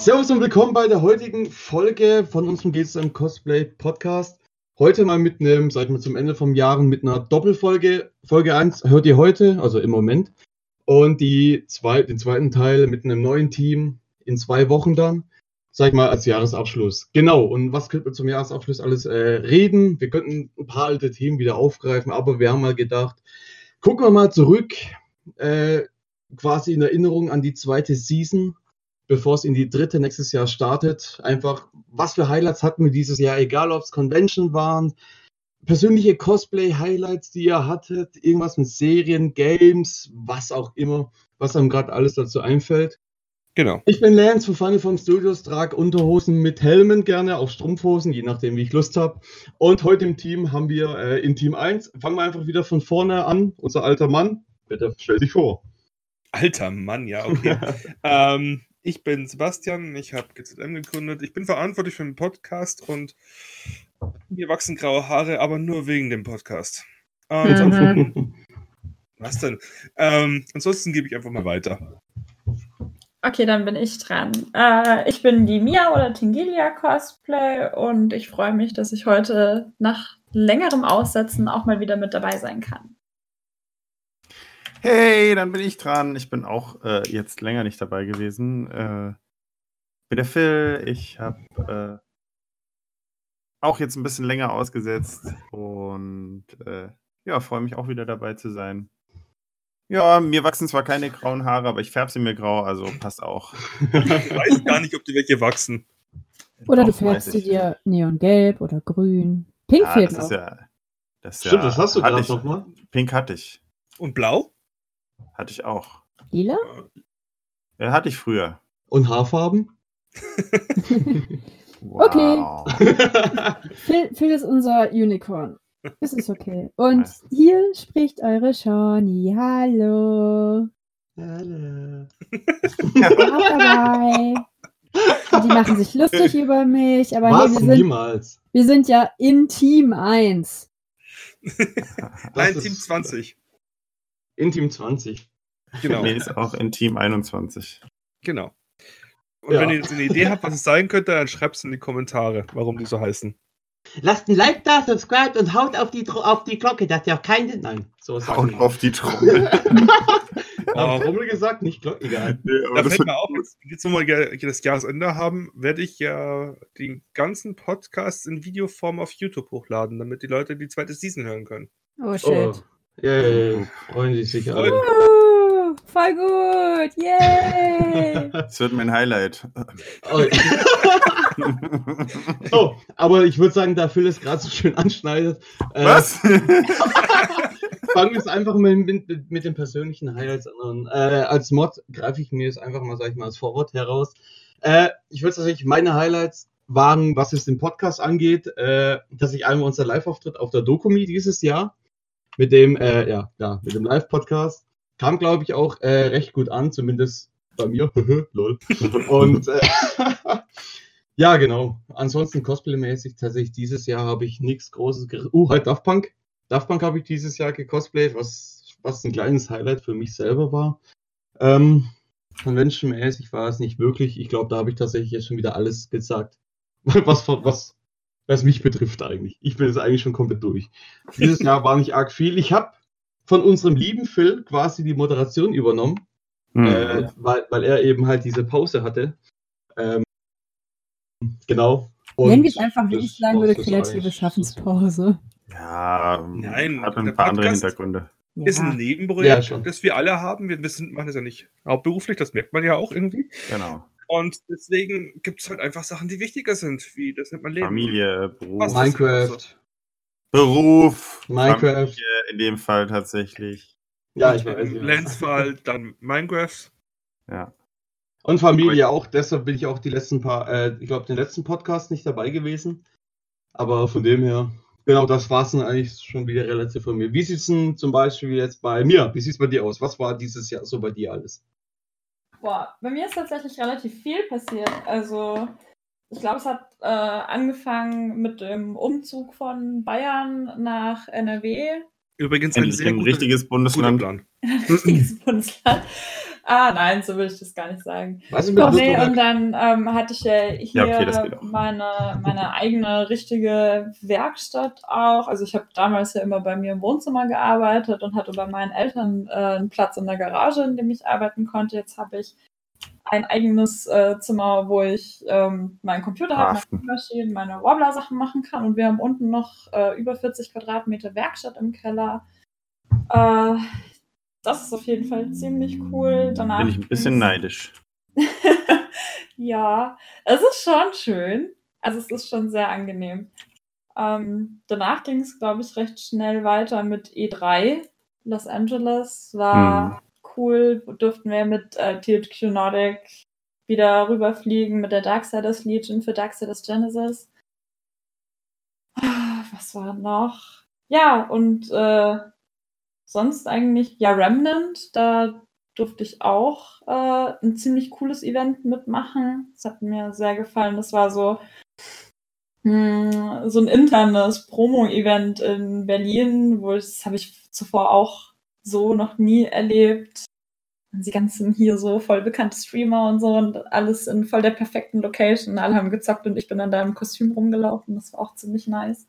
Servus und willkommen bei der heutigen Folge von unserem GSM Cosplay Podcast. Heute mal mit einem, sag ich mal, zum Ende vom Jahr mit einer Doppelfolge. Folge 1 hört ihr heute, also im Moment. Und den zweiten Teil mit einem neuen Team in 2 Wochen dann, sag ich mal, als Jahresabschluss. Genau, und was könnten wir zum Jahresabschluss alles reden? Wir könnten ein paar alte Themen wieder aufgreifen, aber wir haben mal gedacht, gucken wir mal zurück, quasi in Erinnerung an die zweite Season, bevor es in die dritte nächstes Jahr startet. Einfach, was für Highlights hatten wir dieses Jahr, egal ob es Convention waren, persönliche Cosplay-Highlights, die ihr hattet, irgendwas mit Serien, Games, was auch immer, was einem gerade alles dazu einfällt. Genau. Ich bin Lance von Funny From Studios, trage Unterhosen mit Helmen gerne, auch Strumpfhosen, je nachdem, wie ich Lust habe. Und heute im Team haben wir in Team 1, fangen wir einfach wieder von vorne an, unser alter Mann. Bitte stell dich vor. Alter Mann, ja, okay. Ich bin Sebastian, ich habe GZM gegründet. Ich bin verantwortlich für den Podcast und mir wachsen graue Haare, aber nur wegen dem Podcast. Was denn? Ansonsten gebe ich einfach mal weiter. Okay, dann bin ich dran. Ich bin die Mia oder Tingilia Cosplay und ich freue mich, dass ich heute nach längerem Aussetzen auch mal wieder mit dabei sein kann. Hey, dann bin ich dran. Ich bin auch jetzt länger nicht dabei gewesen. Bin der Phil. Ich habe auch jetzt ein bisschen länger ausgesetzt und freue mich auch wieder dabei zu sein. Ja, mir wachsen zwar keine grauen Haare, aber ich färbe sie mir grau, also passt auch. Ich weiß gar nicht, ob die welche wachsen. Oder du färbst sie dir neongelb oder grün. Pink fehlt noch. Stimmt, das hast du gerade noch mal. Pink hatte ich. Und blau? Hatte ich auch. Lila? Ja, hatte ich früher. Und Haarfarben? Wow. Okay. Phil ist unser Unicorn. Das ist okay. Und hier spricht eure Shawnee. Hallo. Hallo. Auch dabei. Und die machen sich lustig über mich. Aber Was? hey, Niemals. wir sind ja in Team 1. Nein, Team 20. In Team 20. Genau. Nee, ist auch in Team 21. Genau. Und wenn ihr jetzt eine Idee habt, was es sein könnte, dann schreibt es in die Kommentare, warum die so heißen. Lasst ein Like da, subscribe und haut auf die Glocke, dass ihr auch keinen... Nein, so ist Haut auf die Trommel. Trommel gesagt, nicht Glocke, egal. Nee, da fällt mir auf, jetzt wo wir das Jahresende haben, werde ich ja den ganzen Podcast in Videoform auf YouTube hochladen, damit die Leute die zweite Season hören können. Oh, shit. Ja. Freuen sich sicher alle. Voll gut. Yay. Das wird mein Highlight. So, aber ich würde sagen, da Phil es gerade so schön anschneidet. Was? Fangen wir es einfach mal mit den persönlichen Highlights an. Als Mod greife ich mir jetzt einfach mal, sag ich mal, als Vorwort heraus. Ich würde tatsächlich, meine Highlights waren, was es den Podcast angeht, dass ich einmal unser Live-Auftritt auf der Dokumi dieses Jahr mit dem Live-Podcast kam, glaube ich, auch recht gut an, zumindest bei mir. Lol. Und ja, genau. Ansonsten Cosplay-mäßig tatsächlich dieses Jahr habe ich nichts Großes halt Daft Punk. Daft Punk habe ich dieses Jahr gecosplayt, was ein kleines Highlight für mich selber war. Convention-mäßig war es nicht wirklich. Ich glaube, da habe ich tatsächlich jetzt schon wieder alles gesagt, was mich betrifft eigentlich. Ich bin jetzt eigentlich schon komplett durch. Dieses Jahr war nicht arg viel. Ich habe von unserem lieben Phil quasi die Moderation übernommen, weil er eben halt diese Pause hatte. Genau. Und nennen wir es einfach, wie ich sagen würde, kreative Schaffenspause. Ja, nein, hat ein paar andere Hintergründe. Ist ein Nebenprojekt, Ja, das wir alle haben. Wir machen das ja nicht hauptberuflich, das merkt man ja auch irgendwie. Genau. Und deswegen gibt es halt einfach Sachen, die wichtiger sind, wie das nennt man Leben. Familie, Beruf. Minecraft. Familie in dem Fall tatsächlich. Ja, ich weiß. Im Lens-Fall dann Minecraft. Ja. Und Familie auch, deshalb bin ich auch den letzten Podcast nicht dabei gewesen. Aber von dem her, genau, das war es dann eigentlich schon wieder relativ von mir. Wie sieht es denn zum Beispiel jetzt bei mir? Wie sieht es bei dir aus? Was war dieses Jahr so bei dir alles? Boah, bei mir ist tatsächlich relativ viel passiert. Also, ich glaube, es hat angefangen mit dem Umzug von Bayern nach NRW. Übrigens ein richtiges Bundesland. Ein richtiges Bundesland. Nein, so will ich das gar nicht sagen. Was ist mit Nee, Württemberg? und dann hatte ich ja hier okay, das geht auch. meine eigene richtige Werkstatt auch. Also ich habe damals ja immer bei mir im Wohnzimmer gearbeitet und hatte bei meinen Eltern einen Platz in der Garage, in dem ich arbeiten konnte. Jetzt habe ich ein eigenes Zimmer, wo ich meinen Computer habe, meine Maschinen, meine Wobbler-Sachen machen kann. Und wir haben unten noch über 40 Quadratmeter Werkstatt im Keller. Das ist auf jeden Fall ziemlich cool. Danach Bin ich ein bisschen neidisch. Ja, es ist schon schön. Also es ist schon sehr angenehm. Danach ging es, glaube ich, recht schnell weiter mit E3. Los Angeles war cool. Durften wir mit THQ Nordic wieder rüberfliegen mit der Darksiders Legion für Darksiders Genesis. Was war noch? Ja, und sonst eigentlich, ja, Remnant, da durfte ich auch ein ziemlich cooles Event mitmachen. Das hat mir sehr gefallen. Das war so ein internes Promo-Event in Berlin, das habe ich zuvor auch so noch nie erlebt. Und die ganzen hier so voll bekannte Streamer und so und alles in voll der perfekten Location. Alle haben gezockt und ich bin dann da im Kostüm rumgelaufen. Das war auch ziemlich nice.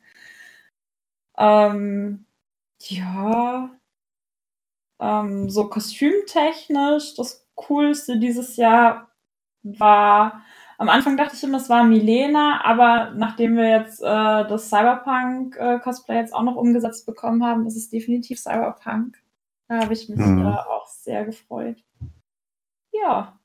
So kostümtechnisch, das Coolste dieses Jahr war, am Anfang dachte ich immer, es war Milena, aber nachdem wir jetzt das Cyberpunk-Cosplay jetzt auch noch umgesetzt bekommen haben, ist es definitiv Cyberpunk. Da habe ich mich auch sehr gefreut. Ja,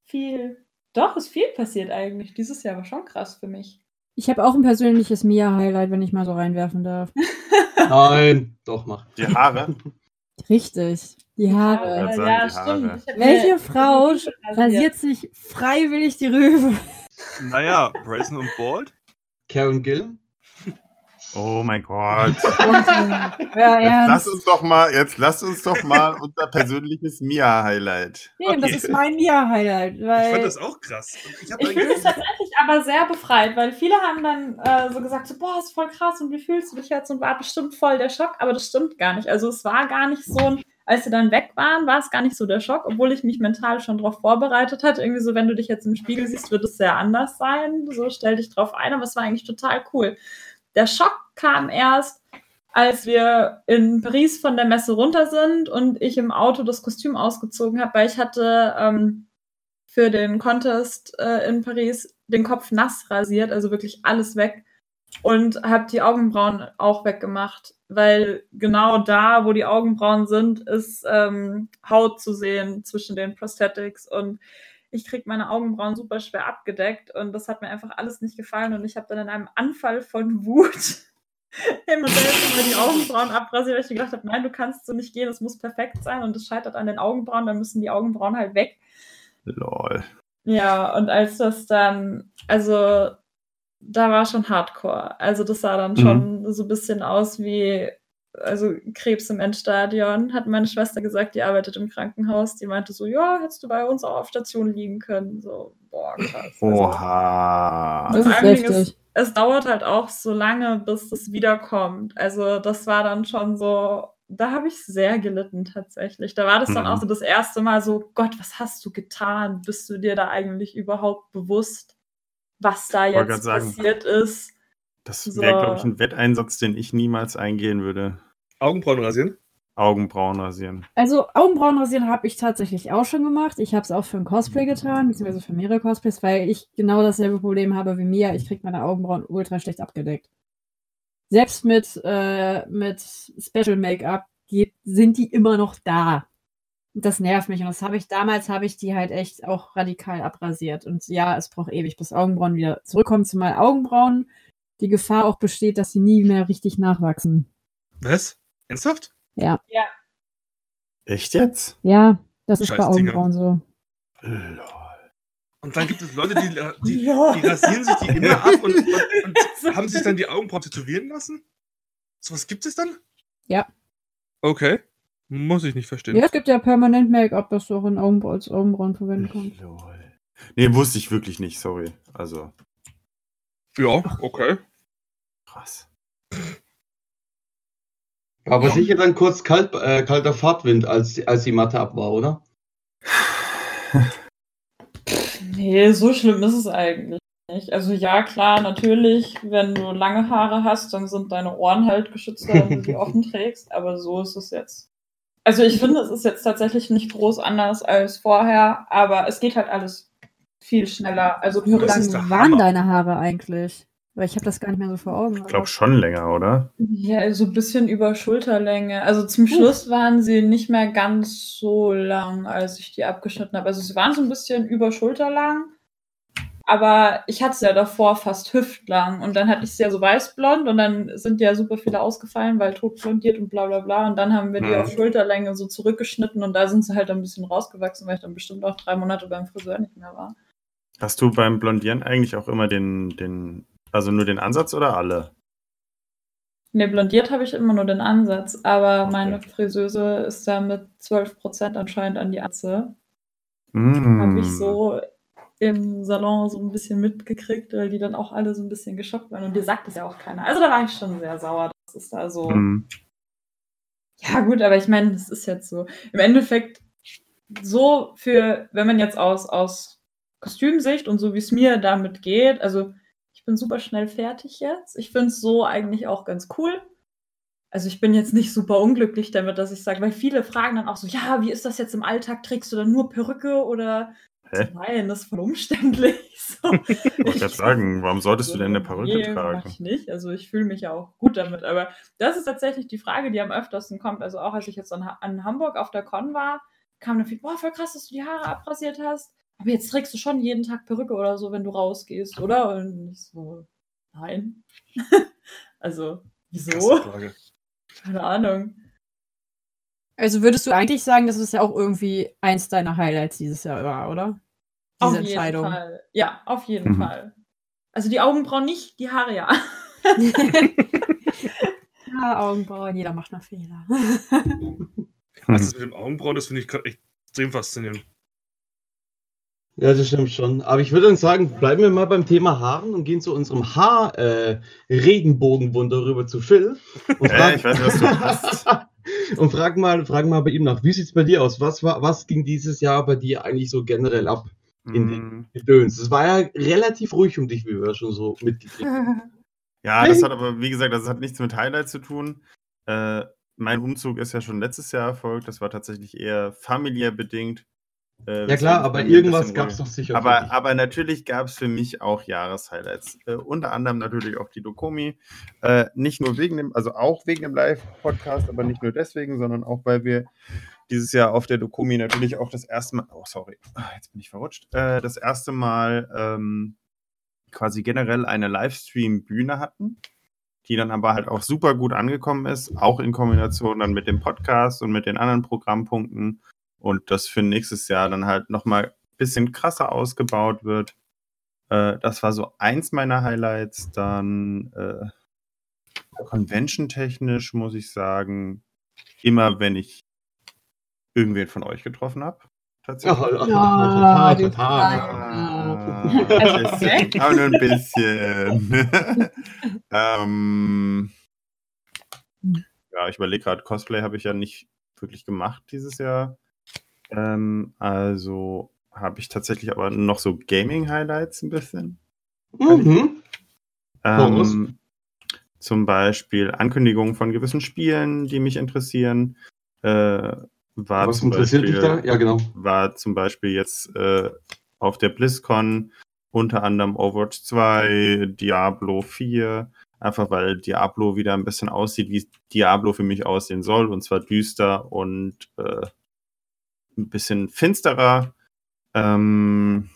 ist viel passiert eigentlich. Dieses Jahr war schon krass für mich. Ich habe auch ein persönliches Mia-Highlight, wenn ich mal so reinwerfen darf. Nein, doch, mach. Die Haare? Richtig, die Haare. Ja, die Haare. stimmt. Welche Frau rasiert sich freiwillig die Rübe? Naja, Brazen und Bald. Karen Gillan? Oh mein Gott. Ja, Jetzt lass uns doch mal unser persönliches Mia-Highlight. Nee, das ist mein Mia-Highlight. Ich fand das auch krass. Ich fühle es tatsächlich aber sehr befreit, weil viele haben dann so gesagt, so, boah, ist voll krass und wie fühlst du dich jetzt und war bestimmt voll der Schock, aber das stimmt gar nicht. Also es war gar nicht so als sie dann weg waren, war es gar nicht so der Schock, obwohl ich mich mental schon darauf vorbereitet hatte. Irgendwie so, wenn du dich jetzt im Spiegel siehst, wird es sehr anders sein. So, stell dich drauf ein, aber es war eigentlich total cool. Der Schock kam erst, als wir in Paris von der Messe runter sind und ich im Auto das Kostüm ausgezogen habe, weil ich hatte für den Contest in Paris den Kopf nass rasiert, also wirklich alles weg und habe die Augenbrauen auch weggemacht, weil genau da, wo die Augenbrauen sind, ist Haut zu sehen zwischen den Prosthetics und ich kriege meine Augenbrauen super schwer abgedeckt und das hat mir einfach alles nicht gefallen und ich habe dann in einem Anfall von Wut im Modell immer die Augenbrauen abrasiert, weil ich mir gedacht habe, nein, du kannst so nicht gehen, es muss perfekt sein und es scheitert an den Augenbrauen, dann müssen die Augenbrauen halt weg. Lol. Ja, und als das dann, also da war schon Hardcore. Also das sah dann schon so ein bisschen aus wie, also Krebs im Endstadion, hat meine Schwester gesagt, die arbeitet im Krankenhaus, die meinte so, ja, hättest du bei uns auch auf Station liegen können. So, boah, krass. Oha. Das ist heftig. Es dauert halt auch so lange, bis das wiederkommt. Also das war dann schon so, da habe ich sehr gelitten tatsächlich. Da war das dann auch so das erste Mal so, Gott, was hast du getan? Bist du dir da eigentlich überhaupt bewusst, was da jetzt passiert ist? Das wäre, glaube ich, ein Wetteinsatz, den ich niemals eingehen würde. Augenbrauen rasieren? Augenbrauen rasieren. Also Augenbrauen rasieren habe ich tatsächlich auch schon gemacht. Ich habe es auch für ein Cosplay getan, beziehungsweise für mehrere Cosplays, weil ich genau dasselbe Problem habe wie Mia. Ich kriege meine Augenbrauen ultra schlecht abgedeckt. Selbst mit Special Make-up sind die immer noch da. Das nervt mich. Und damals habe ich die halt echt auch radikal abrasiert. Und ja, es braucht ewig, bis Augenbrauen wieder zurückkommen. Zumal Augenbrauen die Gefahr auch besteht, dass sie nie mehr richtig nachwachsen. Was? Ernsthaft? Ja. Echt jetzt? Ja, das ist bei Augenbrauen so. Lol. Und dann gibt es Leute, die rasieren sich die immer ab und haben sich dann die Augenbrauen tätowieren lassen? So was gibt es dann? Ja. Okay. Muss ich nicht verstehen. Ja, es gibt ja permanent Make-up, das du auch als Augenbrauen verwenden kannst. Lol. Nee, wusste ich wirklich nicht, sorry. Also. Ja, okay. Krass. Aber sicher dann kurz kalter Fahrtwind, als die Matte ab war, oder? Nee, so schlimm ist es eigentlich nicht. Also ja, klar, natürlich, wenn du lange Haare hast, dann sind deine Ohren halt geschützter, wenn du die offen trägst, aber so ist es jetzt. Also ich finde, es ist jetzt tatsächlich nicht groß anders als vorher, aber es geht halt alles viel schneller. Also Wie Das ist lang der waren Hammer. deine Haare eigentlich? Weil ich habe das gar nicht mehr so vor Augen. Ich glaube schon länger, oder? ja, so ein bisschen über Schulterlänge. Also zum Schluss waren sie nicht mehr ganz so lang, als ich die abgeschnitten habe. Also sie waren so ein bisschen über Schulterlang, aber ich hatte sie ja davor fast hüftlang und dann hatte ich sie ja so weißblond und dann sind ja super viele ausgefallen, weil totblondiert und bla bla bla und dann haben wir die auf Schulterlänge so zurückgeschnitten und da sind sie halt ein bisschen rausgewachsen, weil ich dann bestimmt auch 3 Monate beim Friseur nicht mehr war. Hast du beim Blondieren eigentlich auch immer also nur den Ansatz oder alle? Ne, blondiert habe ich immer nur den Ansatz, aber Okay. meine Friseuse ist da mit 12% anscheinend an die Atze. Mm. Habe ich so im Salon so ein bisschen mitgekriegt, weil die dann auch alle so ein bisschen geschockt waren. Und dir sagt es ja auch keiner. Also da war ich schon sehr sauer, dass es da so. Mm. Ja, gut, aber ich meine, das ist jetzt so. Im Endeffekt, so für, wenn man jetzt aus Kostümsicht und so wie es mir damit geht, also ich bin super schnell fertig jetzt. Ich finde es so eigentlich auch ganz cool. Also ich bin jetzt nicht super unglücklich damit, dass ich sage, weil viele fragen dann auch so, ja, wie ist das jetzt im Alltag? Trägst du dann nur Perücke oder? Hä? Nein, das ist voll umständlich. So. Ich wollte gerade sagen, warum solltest du denn eine Perücke Nee, tragen? mach ich nicht. Also ich fühle mich ja auch gut damit. Aber das ist tatsächlich die Frage, die am öftersten kommt. Also auch als ich jetzt an Hamburg auf der Con war, kam dann viel, boah, voll krass, dass du die Haare abrasiert hast. Aber jetzt trägst du schon jeden Tag Perücke oder so, wenn du rausgehst, oder? Und ich so, nein. Also, Krasse wieso? Frage. Keine Ahnung. Also würdest du eigentlich sagen, dass es ja auch irgendwie eins deiner Highlights dieses Jahr war, oder? Diese Auf Entscheidung. jeden Fall. Ja, auf jeden Mhm. Fall. Also die Augenbrauen nicht, die Haare ja. Ja, Augenbrauen, jeder macht noch Fehler. Also das mit dem Augenbrauen, das finde ich gerade echt extrem faszinierend. Ja, das stimmt schon. Aber ich würde dann sagen, bleiben wir mal beim Thema Haaren und gehen zu unserem Regenbogenwunder rüber zu Phil. Und Ich weiß nicht, was du hast. und fragen mal bei ihm nach, wie sieht es bei dir aus? Was ging dieses Jahr bei dir eigentlich so generell ab in den Gedöns? Es war ja relativ ruhig um dich, wie wir schon so mitgekriegt haben. Ja, das hat aber, wie gesagt, das hat nichts mit Highlights zu tun. Mein Umzug ist ja schon letztes Jahr erfolgt. Das war tatsächlich eher familiär bedingt. Ja klar, aber irgendwas gab es doch sicher. Aber natürlich gab es für mich auch Jahreshighlights. Unter anderem natürlich auch die Dokomi. Nicht nur wegen dem, also auch wegen dem Live-Podcast, aber nicht nur deswegen, sondern auch, weil wir dieses Jahr auf der Dokomi natürlich auch das erste Mal, jetzt bin ich verrutscht, das erste Mal quasi generell eine Livestream-Bühne hatten, die dann aber halt auch super gut angekommen ist, auch in Kombination dann mit dem Podcast und mit den anderen Programmpunkten. Und das für nächstes Jahr dann halt nochmal ein bisschen krasser ausgebaut wird. Das war so eins meiner Highlights. Dann convention-technisch muss ich sagen, immer wenn ich irgendwen von euch getroffen habe. Tatsächlich. Ja, total. Aber nur ein bisschen. Ja, ich überlege gerade, Cosplay habe ich ja nicht wirklich gemacht dieses Jahr. Also habe ich tatsächlich aber noch so Gaming-Highlights ein bisschen. Mhm. Zum Beispiel Ankündigungen von gewissen Spielen, die mich interessieren. Was interessiert dich da? Ja, genau. War zum Beispiel jetzt auf der BlizzCon unter anderem Overwatch 2, Diablo 4, einfach weil Diablo wieder ein bisschen aussieht, wie Diablo für mich aussehen soll, und zwar düster und ein bisschen finsterer. Dann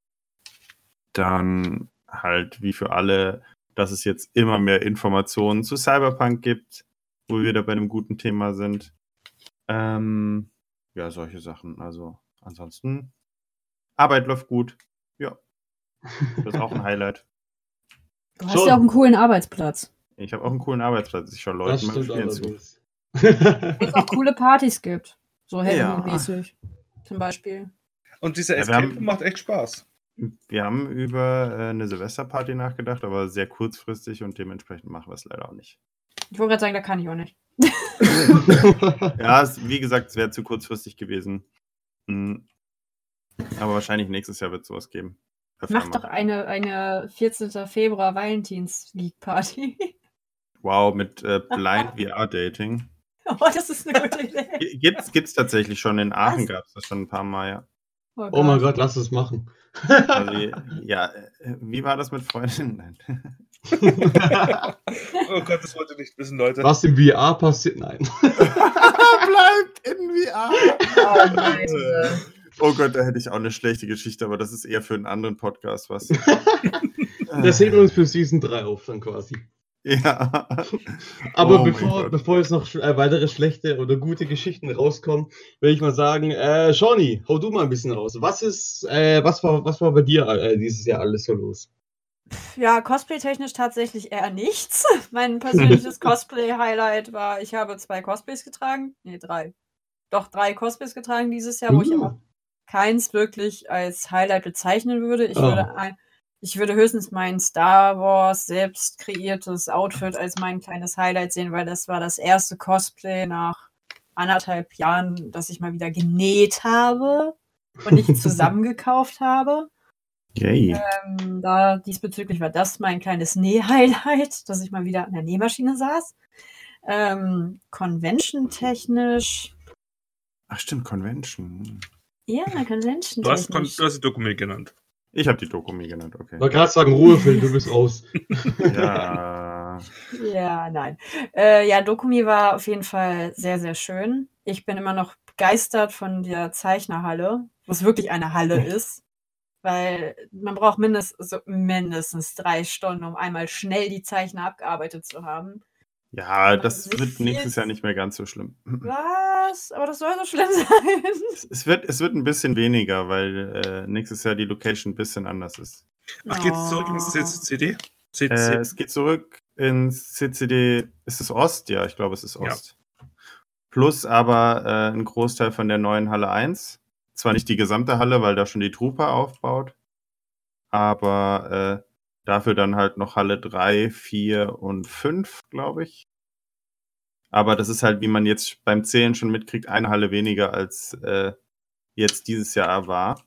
halt wie für alle, dass es jetzt immer mehr Informationen zu Cyberpunk gibt, wo wir da bei einem guten Thema sind. Ja, solche Sachen. Also ansonsten, Arbeit läuft gut. Ja, das ist auch ein Highlight. Du hast ja auch einen coolen Arbeitsplatz. Ich habe auch einen coolen Arbeitsplatz. Ich schaue Leuten beim Spielen zu. Wo es auch coole Partys gibt. So Halloween-mäßig zum Beispiel. Und dieser Escape macht echt Spaß. Wir haben über eine Silvesterparty nachgedacht, aber sehr kurzfristig und dementsprechend machen wir es leider auch nicht. Ich wollte gerade sagen, da kann ich auch nicht. Ja, wie gesagt, es wäre zu kurzfristig gewesen. Aber wahrscheinlich nächstes Jahr wird es sowas geben. Mach doch eine 14. Februar Valentins-League-Party. Wow, mit Blind VR-Dating. Oh, das ist eine gute Idee. Gibt's tatsächlich schon. In Aachen Was? gab es das schon ein paar Mal, ja. Oh mein Gott, lass es machen. Also, ja, wie war das mit Freundinnen? Nein. Oh Gott, das wollte ich nicht wissen, Leute. Was im VR passiert? Nein. Bleibt in VR. Oh, Leute. Oh Gott, da hätte ich auch eine schlechte Geschichte, aber das ist eher für einen anderen Podcast was. Das heben wir uns für Season 3 auf dann quasi. Ja. Aber Oh mein Gott. bevor jetzt noch weitere schlechte oder gute Geschichten rauskommen, will ich mal sagen, Shawnee, hau du mal ein bisschen raus. Was war bei dir dieses Jahr alles so los? Ja, Cosplay-technisch tatsächlich eher nichts. Mein persönliches Cosplay-Highlight war, ich habe 2 Cosplays getragen. Nee, 3. Doch 3 Cosplays getragen dieses Jahr, wo ich aber keins wirklich als Highlight bezeichnen würde. Ich würde höchstens mein Star Wars selbst kreiertes Outfit als mein kleines Highlight sehen, weil das war das erste Cosplay nach 1,5 Jahren, das ich mal wieder genäht habe und nicht zusammengekauft habe. Yay. Diesbezüglich war das mein kleines Näh-Highlight, dass ich mal wieder an der Nähmaschine saß. Convention-technisch. Ach stimmt, Convention. Ja, Du hast Convention-technisch. die Dokumi genannt. Ich habe die Dokumi genannt, okay. Ich wollte gerade sagen, Ruhefilm, du bist raus. Ja. Ja, nein. Ja, Dokumi war auf jeden Fall sehr, sehr schön. Ich bin immer noch begeistert von der Zeichnerhalle, was wirklich eine Halle ist. Weil man braucht mindestens 3 Stunden, um einmal schnell die Zeichner abgearbeitet zu haben. Ja, das sich wird viel- nächstes Jahr nicht mehr ganz so schlimm. Was? Aber das soll so schlimm sein. Es wird ein bisschen weniger, weil nächstes Jahr die Location ein bisschen anders ist. Ach, geht's zurück ins CCD? Es geht zurück ins CCD. Ist es Ost? Ja, ich glaube, es ist Ost. Plus aber ein Großteil von der neuen Halle 1. Zwar nicht die gesamte Halle, weil da schon die Trooper aufbaut, aber dafür dann halt noch Halle 3, 4 und 5, glaube ich. Aber das ist halt, wie man jetzt beim Zählen schon mitkriegt, eine Halle weniger als jetzt dieses Jahr war.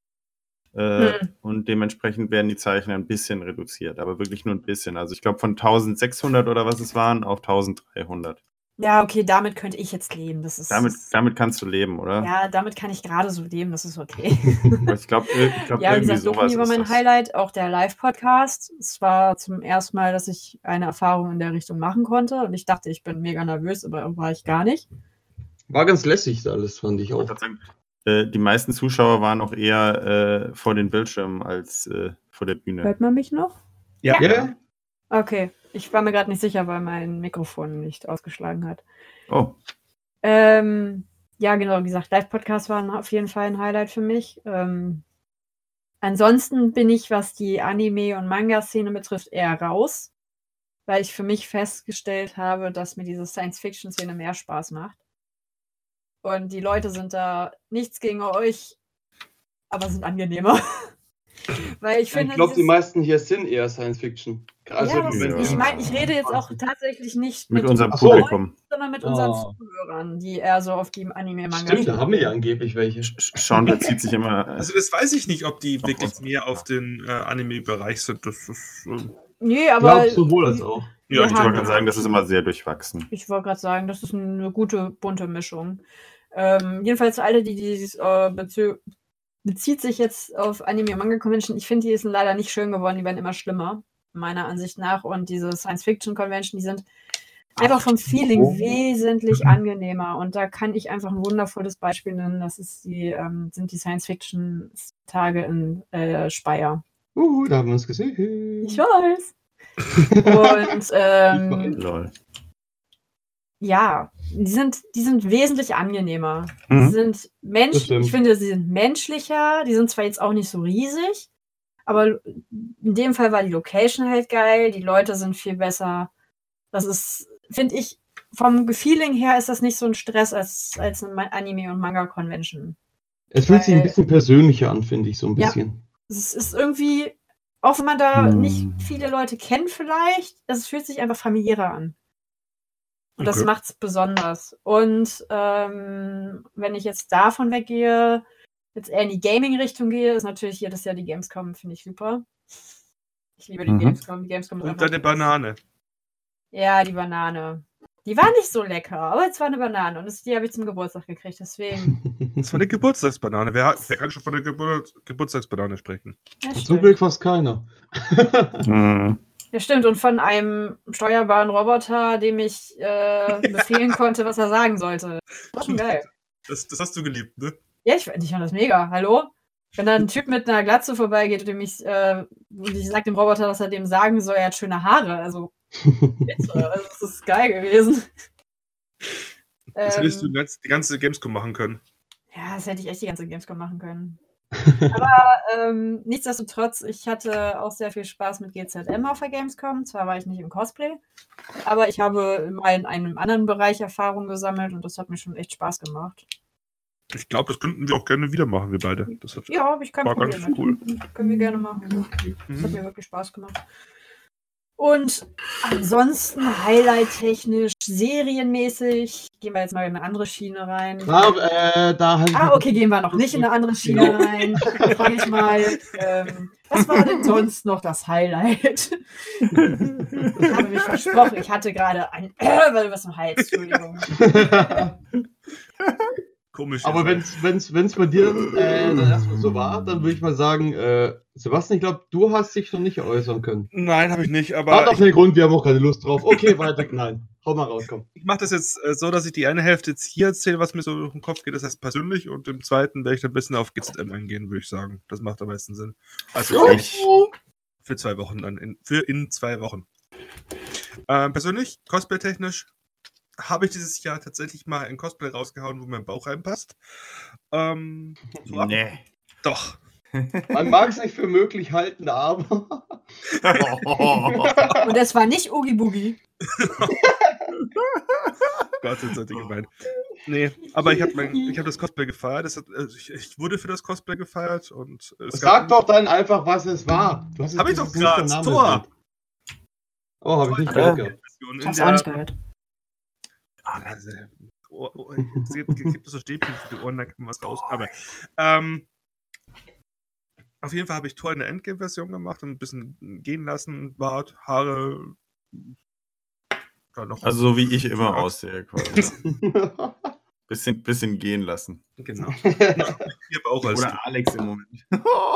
Und dementsprechend werden die Zeichner ein bisschen reduziert, aber wirklich nur ein bisschen. Also ich glaube von 1600 oder was es waren auf 1300. Ja, okay, damit könnte ich jetzt leben. Das ist, Damit kannst du leben, oder? ja, damit kann ich gerade so leben, das ist okay. Ich glaube, Ja, wie irgendwie gesagt, sowas Dokumi war ist mein das. Highlight, auch der Live-Podcast. Es war zum ersten Mal, dass ich eine Erfahrung in der Richtung machen konnte und ich dachte, ich bin mega nervös, aber war ich gar nicht. War ganz lässig alles, fand ich Ich auch. wollte gerade sagen, die meisten Zuschauer waren auch eher vor den Bildschirmen als vor der Bühne. Hört man mich noch? Ja. Ja? Okay, ich war mir gerade nicht sicher, weil mein Mikrofon nicht ausgeschlagen hat. Oh, Ja, genau, wie gesagt, Live-Podcast waren auf jeden Fall ein Highlight für mich. Ansonsten bin ich, was die Anime- und Manga-Szene betrifft, eher raus, weil ich für mich festgestellt habe, dass mir diese Science-Fiction-Szene mehr Spaß macht. Und die Leute sind da nichts gegen euch, aber sind angenehmer. Weil ich finde, Ich glaube, die dieses- meisten hier sind eher Science Fiction. Also ja, wenn ich die- meine, ich rede jetzt auch tatsächlich nicht mit unserem Ach so. Publikum. sondern mit unseren Oh. Zuhörern, die eher so auf die Anime-Manga Stimmt, da haben wir ja angeblich welche. Sean bezieht sich immer. Also das weiß ich nicht, ob die Auf wirklich uns. mehr auf den Anime-Bereich sind. Das ist, Nee, Ich aber glaube, sowohl als auch. Wir ja, Ich haben- wollte gerade sagen, das ist immer sehr durchwachsen. ich wollte gerade sagen, das ist eine gute, bunte Mischung. Jedenfalls alle, die dieses bezieht sich jetzt auf Anime-Manga-Convention. Ich finde, die sind leider nicht schön geworden, die werden immer schlimmer, meiner Ansicht nach. Und diese Science-Fiction-Convention, die sind einfach vom Feeling wesentlich angenehmer. Und da kann ich einfach ein wundervolles Beispiel nennen. Das ist sind die Science-Fiction-Tage in Speyer. Da haben wir uns gesehen. Ich weiß. Und Lol. ja, die sind wesentlich angenehmer. Die Mhm. sind Das stimmt. ich finde, sie sind menschlicher. Die sind zwar jetzt auch nicht so riesig, aber in dem Fall war die Location halt geil. Die Leute sind viel besser. Das ist, finde ich, vom Feeling her ist das nicht so ein Stress als eine Anime- und Manga-Convention. Es fühlt sich ein Weil- bisschen persönlicher an, finde ich, so ein Ja. bisschen. Es ist irgendwie, auch wenn man da Hm. nicht viele Leute kennt vielleicht, es fühlt sich einfach familiärer an. Und das Okay. macht's besonders. Und wenn ich jetzt davon weggehe, jetzt eher in die Gaming-Richtung gehe, ist natürlich jedes Jahr die Gamescom, finde ich super. Ich liebe die Mhm. Gamescom. Die Gamescom ist Und einfach deine das- Banane. Ja, die Banane. Die war nicht so lecker, aber es war eine Banane und die habe ich zum Geburtstag gekriegt, deswegen. Das war eine Geburtstagsbanane. Wer kann schon von der Geburtstagsbanane sprechen? Ja, Zum stimmt. Glück fast keiner. Mhm. Ja, stimmt. Und von einem steuerbaren Roboter, dem ich befehlen konnte, was er sagen sollte. War schon geil. Das hast du geliebt, ne? Ja, ich fand das mega. Hallo? Wenn da ein Typ mit einer Glatze vorbeigeht und ich sage dem Roboter, dass er dem sagen soll, er hat schöne Haare. Also, bitte, also das ist geil gewesen. Das hättest du die ganze Gamescom machen können. Ja, das hätte ich echt die ganze Gamescom machen können. Aber nichtsdestotrotz, ich hatte auch sehr viel Spaß mit GZM auf der Gamescom. Zwar war ich nicht im Cosplay, aber ich habe mal in einem anderen Bereich Erfahrung gesammelt und das hat mir schon echt Spaß gemacht. Ich glaube, das könnten wir auch gerne wieder machen, wir beide. Das hat, Ja, habe ich kein War Problem ganz mit. Können wir gerne machen. Das hat Mhm. mir wirklich Spaß gemacht. Und ansonsten highlight-technisch, serienmäßig, gehen wir jetzt mal in eine andere Schiene rein. Da halt. Okay, gehen wir noch nicht in eine andere Schiene rein. Frage ich mal, was war denn sonst noch das Highlight? Ich habe mich versprochen, ich hatte gerade ein was im Hals, Entschuldigung. Komisch. Aber wenn's bei dir dann erstmal so war, dann würde ich mal sagen, Sebastian, ich glaube, du hast dich noch nicht äußern können. Nein, habe ich nicht, Hat aber auch den Grund, wir haben auch keine Lust drauf. Okay, weiter. Nein, hau mal raus, komm. ich mache das jetzt so, dass ich die eine Hälfte jetzt hier erzähle, was mir so durch den Kopf geht, das heißt persönlich, und im zweiten werde ich dann ein bisschen auf GZM eingehen, würde ich sagen. Das macht am meisten Sinn. Also für 2 Wochen dann, in 2 Wochen. Persönlich, Cosplay-technisch, habe ich dieses Jahr tatsächlich mal ein Cosplay rausgehauen, wo mein Bauch reinpasst. Nee. Doch. Man mag es nicht für möglich halten, aber. Und es war nicht Oogie Boogie. Gott, sind solche gemeint. Nee, aber ich hab das Cosplay gefeiert. Ich wurde für das Cosplay gefeiert und Sag doch dann einfach, was es war. Du hast Hab ich jetzt doch nicht grad, den Namen Tor. erwähnt. Oh, habe ich nicht gehört gehabt. Ich hab's auch nicht gehört. Also, gibt es so Stäbchen für die Ohren, da kann man was raus. Aber auf jeden Fall habe ich Tor in der Endgame-Version gemacht und ein bisschen gehen lassen, Bart, Haare. Ja, noch Also so wie ich immer aussehe, quasi. Bisschen gehen lassen. Genau. Ihr Bauch als Oder Alex im Moment.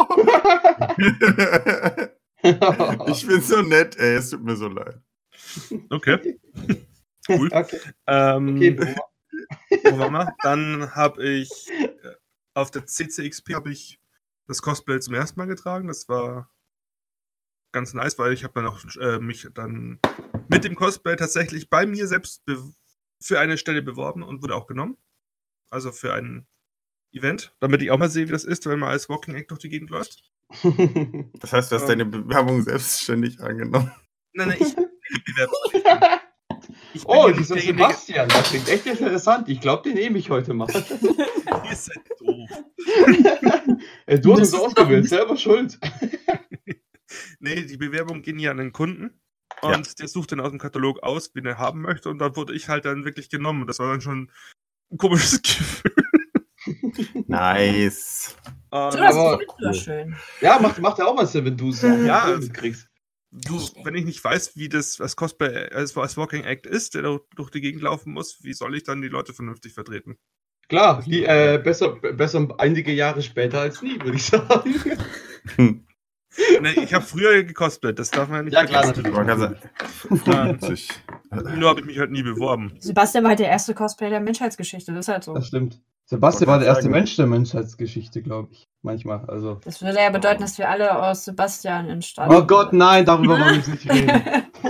Ich bin so nett, ey, es tut mir so leid. Okay. Cool. Okay, Wo waren wir? Dann habe ich auf der CCXP habe ich das Cosplay zum ersten Mal getragen. Das war ganz nice, weil ich habe dann auch mich dann mit dem Cosplay tatsächlich bei mir selbst für eine Stelle beworben und wurde auch genommen. Also für ein Event, damit ich auch mal sehe, wie das ist, wenn man als Walking Act durch die Gegend läuft. Das heißt, du hast deine Bewerbung selbstständig angenommen. Nein, ich bewerbe. Ich bin Oh, hier dieser derjenige- Sebastian, das klingt echt interessant. Ich glaube, den nehme ich heute mal. Ihr seid doof. Du hast Das uns ist ausgewählt, doch- selber schuld. Nee, die Bewerbungen gehen ja an den Kunden und der sucht dann aus dem Katalog aus, wen er haben möchte, und dann wurde ich halt dann wirklich genommen. Das war dann schon ein komisches Gefühl. Nice. So, das Aber ist cool. Schön. Ja, macht ja auch was, wenn du es Ja. kriegst. Du, wenn ich nicht weiß, wie das als Cosplay, als Walking Act ist, der durch die Gegend laufen muss, wie soll ich dann die Leute vernünftig vertreten? Klar, besser einige Jahre später als nie, würde ich sagen. Nee, ich habe früher gecosplayt, das darf man ja nicht Ja, klar, vergessen. Man kann sagen, 95. Nur habe ich mich halt nie beworben. Sebastian war halt der erste Cosplayer der Menschheitsgeschichte, das ist halt so. Das stimmt. Sebastian Wollte war der erste sagen. Mensch der Menschheitsgeschichte, glaube ich. Manchmal, also. Das würde ja bedeuten, dass wir alle aus Sebastian entstanden Oh Gott, nein, darüber wollen wir jetzt nicht reden.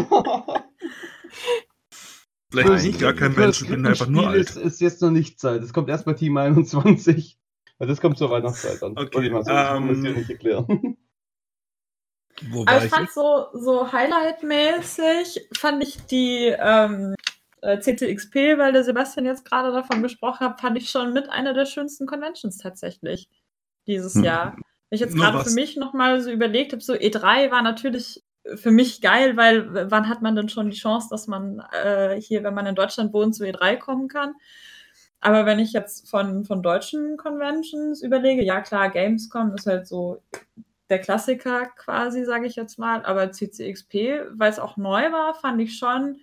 Vielleicht Nein, bin ich gar kein Für Mensch, das ich bin einfach nur alt. Ist jetzt noch nicht Zeit. Es kommt erst bei Team 21. Weil das kommt zur Weihnachtszeit dann. Okay, Wollte ich mal so, das muss ich dir nicht erklären. Wo Aber war ich ich fand jetzt? so Highlight-mäßig, fand ich die CCXP, weil der Sebastian jetzt gerade davon gesprochen hat, fand ich schon mit einer der schönsten Conventions tatsächlich dieses Jahr. Wenn ich jetzt Nur gerade was? für mich nochmal so überlegt habe, so E3 war natürlich für mich geil, weil wann hat man denn schon die Chance, dass man hier, wenn man in Deutschland wohnt, zu E3 kommen kann? Aber wenn ich jetzt von deutschen Conventions überlege, ja klar, Gamescom ist halt so der Klassiker quasi, sage ich jetzt mal. Aber CCXP, weil es auch neu war, fand ich schon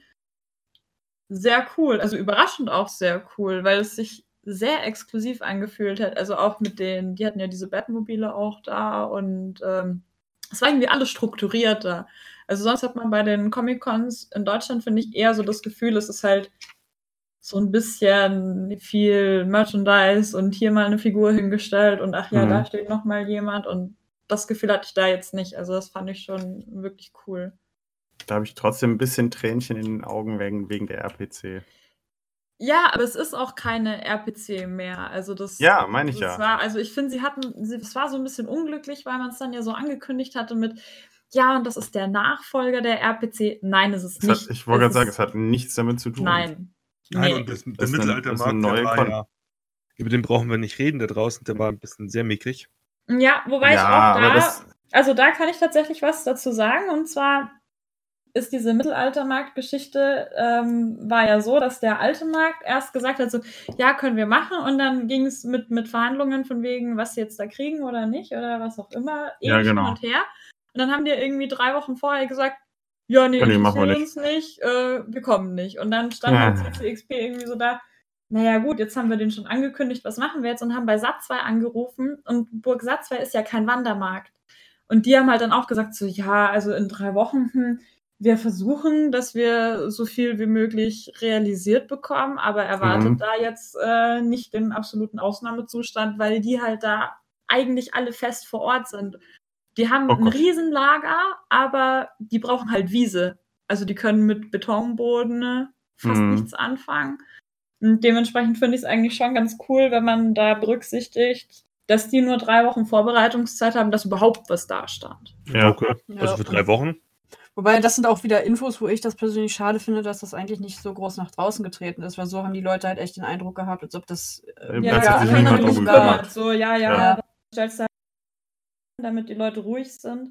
sehr cool. Also überraschend auch sehr cool, weil es sich sehr exklusiv angefühlt hat. Also auch mit die hatten ja diese Batmobile auch da und es war irgendwie alles strukturierter. Also sonst hat man bei den Comic-Cons in Deutschland, finde ich, eher so das Gefühl, es ist halt so ein bisschen viel Merchandise und hier mal eine Figur hingestellt und ach ja, da steht noch mal jemand und das Gefühl hatte ich da jetzt nicht. Also das fand ich schon wirklich cool. Da habe ich trotzdem ein bisschen Tränchen in den Augen wegen der RPC. Ja, aber es ist auch keine RPC mehr. Also das Ja, meine ich ja. Also ich finde, es war so ein bisschen unglücklich, weil man es dann ja so angekündigt hatte mit, ja, und das ist der Nachfolger der RPC. Nein, es ist nicht. Ich wollte gerade sagen, es hat nichts damit zu tun. Nein. Nein, und der Mittelaltermarkt, der war ja, über den brauchen wir nicht reden da draußen, der war ein bisschen sehr mickrig. Ja, wobei ich auch da kann ich tatsächlich was dazu sagen, und zwar ist diese Mittelaltermarkt-Geschichte war ja so, dass der alte Markt erst gesagt hat, so, ja, können wir machen, und dann ging es mit Verhandlungen von wegen, was sie jetzt da kriegen oder nicht oder was auch immer, ewig hin und her. Und dann haben die irgendwie 3 Wochen vorher gesagt, ja, nee, interessiert uns nicht, wir kommen nicht. Und dann stand halt CCXP irgendwie so da, naja gut, jetzt haben wir den schon angekündigt, was machen wir jetzt? Und haben bei Satzwey angerufen, und Burg Satzwey ist ja kein Wandermarkt. Und die haben halt dann auch gesagt, so, ja, also in 3 Wochen, wir versuchen, dass wir so viel wie möglich realisiert bekommen, aber erwartet da jetzt nicht den absoluten Ausnahmezustand, weil die halt da eigentlich alle fest vor Ort sind. Die haben ein Riesenlager, aber die brauchen halt Wiese. Also die können mit Betonboden fast nichts anfangen. Und dementsprechend finde ich es eigentlich schon ganz cool, wenn man da berücksichtigt, dass die nur 3 Wochen Vorbereitungszeit haben, dass überhaupt was da stand. Ja, okay. Ja. Also für 3 Wochen. Wobei, das sind auch wieder Infos, wo ich das persönlich schade finde, dass das eigentlich nicht so groß nach draußen getreten ist, weil so haben die Leute halt echt den Eindruck gehabt, als ob das kümmert. So, ja. Stellst du halt, damit die Leute ruhig sind.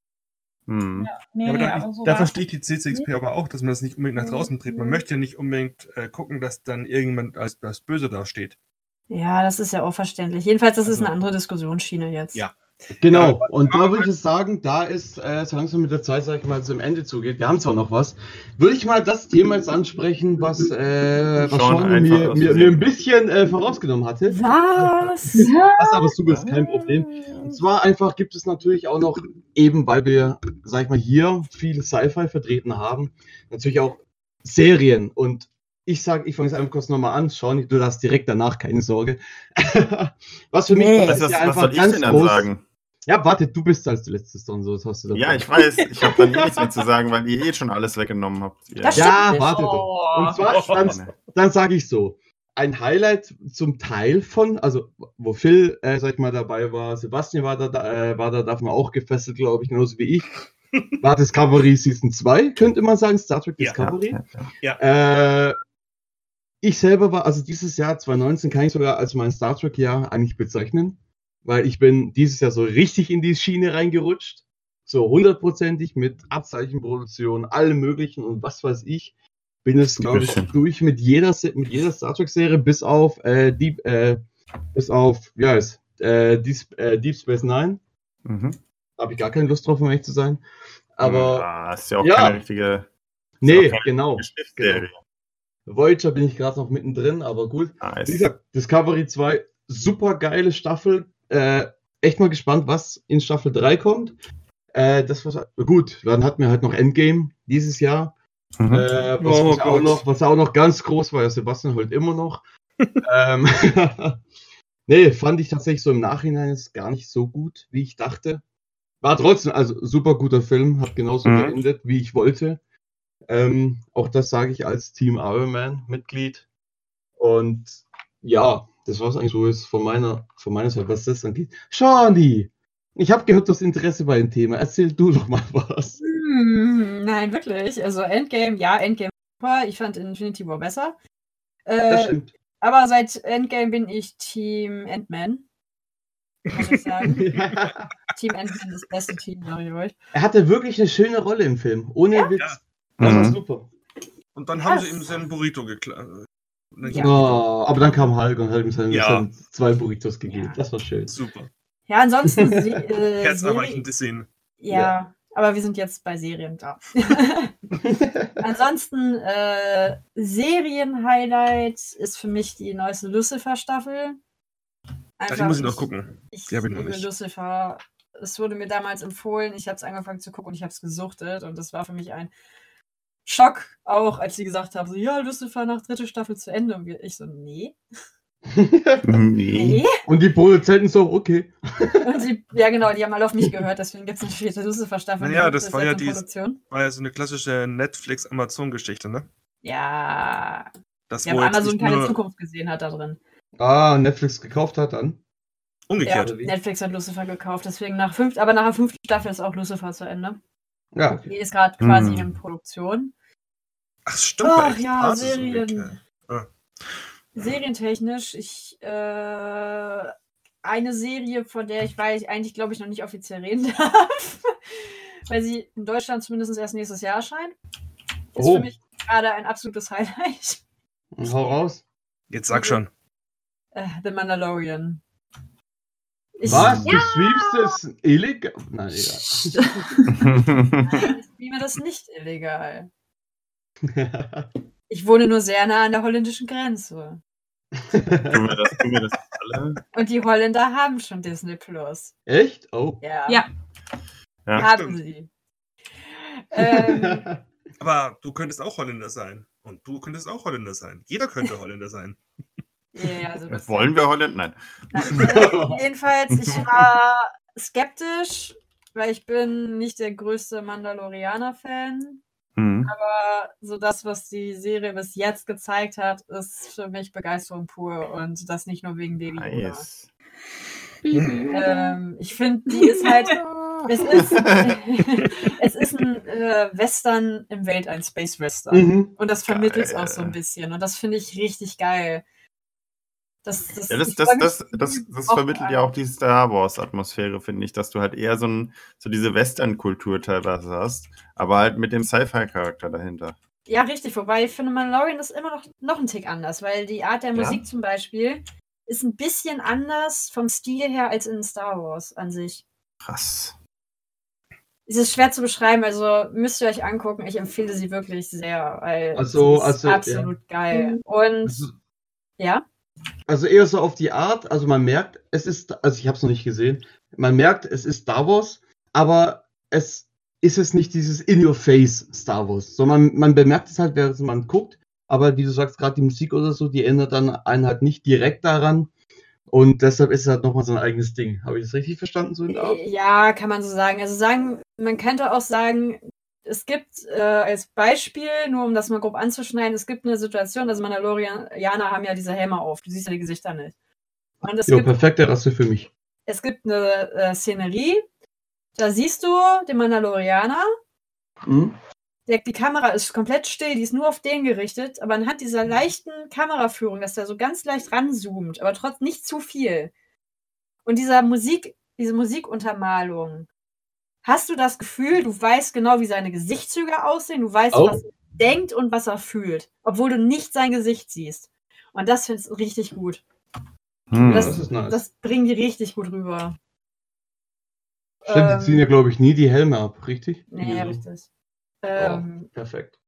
Da verstehe ich die CCXP aber auch, dass man das nicht unbedingt nach draußen dreht. Man möchte ja nicht unbedingt gucken, dass dann irgendjemand als Böse dasteht. Ja, das ist ja auch verständlich. Jedenfalls, das ist eine andere Diskussionsschiene jetzt. Ja. Genau, und da würde ich sagen, da ist so langsam mit der Zeit, sag ich mal, zum Ende zugeht. Wir haben zwar noch was. Würde ich mal das Thema jetzt ansprechen, was Sean mir ein bisschen vorausgenommen hatte. Was? Was aber super ist, kein Problem. Und zwar einfach gibt es natürlich auch noch, eben weil wir, sag ich mal, hier viel Sci-Fi vertreten haben, natürlich auch Serien. Und ich fange jetzt einfach kurz nochmal an, Sean, du hast direkt danach, keine Sorge. Was für mich ist ja einfach ganz groß. Sagen? Ja, warte, du bist als letztes dann so. Hast du ja, ich weiß, ich habe dann nichts mehr zu sagen, weil ihr schon alles weggenommen habt. Ja, warte doch. Und zwar, dann sage ich so, ein Highlight zum Teil von, also wo Phil, sag ich mal, dabei war, Sebastian war da davon auch gefesselt, glaube ich, genauso wie ich. War Discovery Season 2, könnte man sagen, Star Trek Discovery. Ja. Ich selber war, also dieses Jahr 2019 kann ich sogar als mein Star Trek-Jahr eigentlich bezeichnen, weil ich bin dieses Jahr so richtig in die Schiene reingerutscht, so 100%ig mit Abzeichenproduktion, allem möglichen und was weiß ich, bin es, glaube ich, durch mit jeder Star Trek-Serie bis auf Deep Space Nine. Habe ich gar keine Lust drauf, um ehrlich zu sein. Aber ist ja auch keine richtige. Nee, genau. Voyager bin ich gerade noch mittendrin, aber gut. Wie gesagt, Discovery 2, super geile Staffel. Echt mal gespannt, was in Staffel 3 kommt. Gut, dann hatten wir halt noch Endgame dieses Jahr. Was auch noch ganz groß war, ja, Sebastian holt immer noch. Nee, fand ich tatsächlich so im Nachhinein ist gar nicht so gut, wie ich dachte. War trotzdem, also super guter Film, hat genauso geendet, wie ich wollte. Auch das sage ich als Team Iron Man Mitglied. Und ja, das war es eigentlich so jetzt von meiner Seite, was das angeht. Shani, ich habe gehört, das Interesse bei dem Thema. Erzähl du doch mal was. Nein, wirklich. Also Endgame super. Ich fand Infinity War besser. Das stimmt. Aber seit Endgame bin ich Team Ant-Man. Muss ich sagen. Team Ant-Man, das beste Team, sag ich euch. Er hatte wirklich eine schöne Rolle im Film. Ohne Witz. Das war super. Und dann haben sie ihm seinen Burrito geklaut. Ja. Oh, aber dann kam Hulk und hat ihm seine Ja. 2 Burritos gegeben. Ja. Das war schön. Super. Ja, ansonsten Herzerweichende Szenen. Ja, aber wir sind jetzt bei Serien da. Ansonsten Serien-Highlight ist für mich die neueste Lucifer-Staffel. Die muss ich noch gucken. Ich Die hab ich noch liebe nicht. Lucifer. Es wurde mir damals empfohlen, ich habe es angefangen zu gucken und ich habe es gesuchtet und das war für mich ein Schock, auch als sie gesagt haben, so, ja, Lucifer nach 3. Staffel zu Ende. Und ich so, nee. Nee. Und die Produzenten so, okay. Und ja, genau, die haben alle auf mich gehört, deswegen gibt es eine 4. Lucifer-Staffel. Naja, die das ist war jetzt ja in Produktion. War ja so eine klassische Netflix-Amazon-Geschichte, ne? Ja, Das ja, wo aber jetzt Amazon nicht keine nur Zukunft gesehen hat da drin. Netflix gekauft hat dann. Ja, umgekehrt. wie? Netflix hat Lucifer gekauft, deswegen nach der 5. Staffel ist auch Lucifer zu Ende. Ja, Die okay. ist gerade quasi in Produktion. Ach, stimmt. Ach bei ja, Express ist Serien. umgekehrt. Ah. Serientechnisch, eine Serie, von der ich eigentlich, glaube ich, noch nicht offiziell reden darf, weil sie in Deutschland zumindest erst nächstes Jahr erscheint, ist Oh. für mich gerade ein absolutes Highlight. Hau raus. Jetzt sag schon. The Mandalorian. Was? Du streamst es illegal? Nein, egal. Ich streame das nicht illegal. Ich wohne nur sehr nah an der holländischen Grenze. Tun wir das alle? Und die Holländer haben schon Disney Plus. Echt? Oh. Ja, Ja. Ja. haben stimmt. sie. Aber du könntest auch Holländer sein. Und du könntest auch Holländer sein. Jeder könnte Holländer sein. Ja, also das Wollen wir Holland? Nein. Jedenfalls, ich war skeptisch, weil ich bin nicht der größte Mandalorianer-Fan. Hm. Aber so das, was die Serie bis jetzt gezeigt hat, ist für mich Begeisterung pur. Und das nicht nur wegen Baby Yoda. Nice. Ich finde, die ist halt. Es ist ein Western im Weltall, ein Space Western. Mhm. Und das vermittelt es Geil. auch so ein bisschen. Und das finde ich richtig geil. Das Ja, das ich freu mich auch vermittelt ja auch die Star Wars-Atmosphäre, finde ich, dass du halt eher so diese Western-Kultur teilweise hast, aber halt mit dem Sci-Fi-Charakter dahinter. Ja, richtig. Wobei ich finde, Mandalorian ist immer noch ein Tick anders, weil die Art der Ja? Musik zum Beispiel ist ein bisschen anders vom Stil her als in Star Wars an sich. Krass. Es ist schwer zu beschreiben, also müsst ihr euch angucken. Ich empfehle sie wirklich sehr, weil Also- sie ist also, absolut geil. Und Also, ja, also eher so auf die Art, also man merkt, es ist, also ich habe es noch nicht gesehen, man merkt, es ist Star Wars, aber es ist nicht dieses In-Your-Face Star Wars. So, man bemerkt es halt, während man guckt, aber wie du sagst, gerade die Musik oder so, die ändert dann einen halt nicht direkt daran. Und deshalb ist es halt nochmal so ein eigenes Ding. Habe ich das richtig verstanden, so in der Art? ja, kann man so sagen. Also man könnte auch sagen, es gibt als Beispiel, nur um das mal grob anzuschneiden, es gibt eine Situation, also Mandalorianer haben ja diese Helme auf, du siehst ja die Gesichter nicht. Und Ja, perfekte Rasse für mich. es gibt eine Szenerie, da siehst du den Mandalorianer, Mhm. die Kamera ist komplett still, die ist nur auf den gerichtet, aber anhand dieser leichten Kameraführung, dass der so ganz leicht ranzoomt, aber trotzdem nicht zu viel. Und diese Musikuntermalung, hast du das Gefühl, du weißt genau, wie seine Gesichtszüge aussehen, du weißt, Oh. was er denkt und was er fühlt, obwohl du nicht sein Gesicht siehst. Und das finde ich richtig gut. Hm. Das ist nice. Das bringen die richtig gut rüber. Stimmt, die ziehen ja, glaube ich, nie die Helme ab, richtig? Nee, Ja. richtig. Oh, perfekt.